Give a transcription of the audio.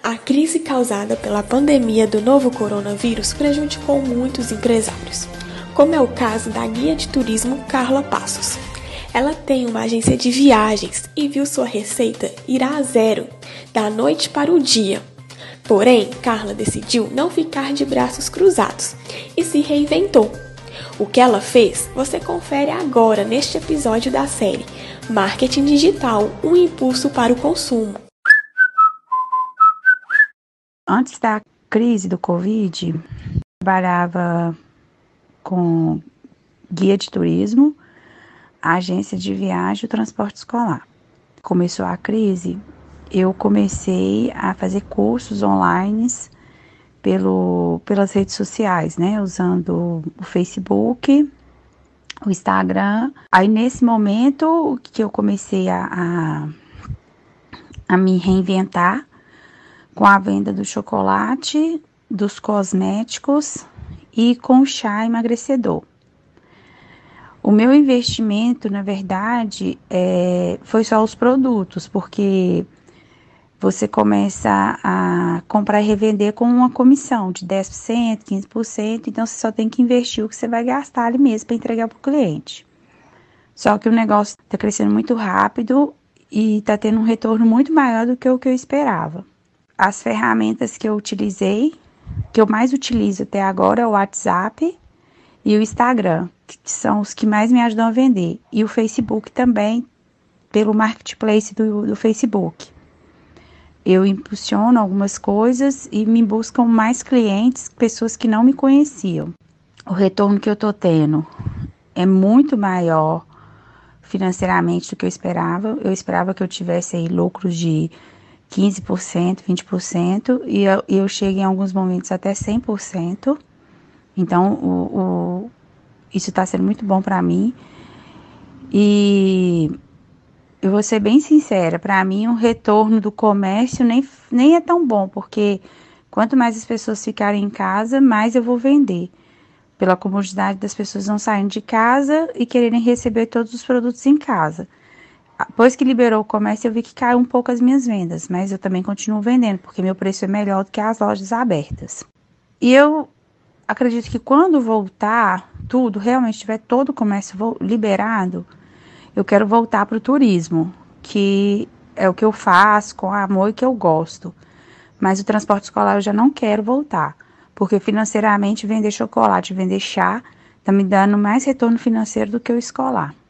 A crise causada pela pandemia do novo coronavírus prejudicou muitos empresários, como é o caso da guia de turismo Carla Passos. Ela tem uma agência de viagens e viu sua receita ir a zero, da noite para o dia. Porém, Carla decidiu não ficar de braços cruzados e se reinventou. O que ela fez, você confere agora neste episódio da série Marketing Digital, um impulso para o consumo. Antes da crise do Covid, trabalhava com guia de turismo, agência de viagem e transporte escolar. Começou a crise, eu comecei a fazer cursos online pelas redes sociais, né? Usando o Facebook, o Instagram. Aí nesse momento que eu comecei a me reinventar, com a venda do chocolate, dos cosméticos e com o chá emagrecedor. O meu investimento, na verdade, foi só os produtos, porque você começa a comprar e revender com uma comissão de 10%, 15%, então você só tem que investir o que você vai gastar ali mesmo para entregar para o cliente. Só que o negócio está crescendo muito rápido e está tendo um retorno muito maior do que o que eu esperava. As ferramentas que eu utilizei, que eu mais utilizo até agora, é o WhatsApp e o Instagram, que são os que mais me ajudam a vender. E o Facebook também, pelo marketplace do Facebook. Eu impulsiono algumas coisas e me buscam mais clientes, pessoas que não me conheciam. O retorno que eu estou tendo é muito maior financeiramente do que eu esperava. Eu esperava que eu tivesse aí lucros de 15%, 20%, e eu chego em alguns momentos até 100%. Então, isso está sendo muito bom para mim. E eu vou ser bem sincera, para mim o retorno do comércio nem é tão bom, porque quanto mais as pessoas ficarem em casa, mais eu vou vender. Pela comodidade das pessoas não saírem de casa e quererem receber todos os produtos em casa. Depois que liberou o comércio, eu vi que caiu um pouco as minhas vendas, mas eu também continuo vendendo, porque meu preço é melhor do que as lojas abertas. E eu acredito que quando voltar tudo, realmente tiver todo o comércio liberado, eu quero voltar para o turismo, que é o que eu faço com amor e que eu gosto. Mas o transporte escolar eu já não quero voltar, porque financeiramente vender chocolate, vender chá, está me dando mais retorno financeiro do que o escolar.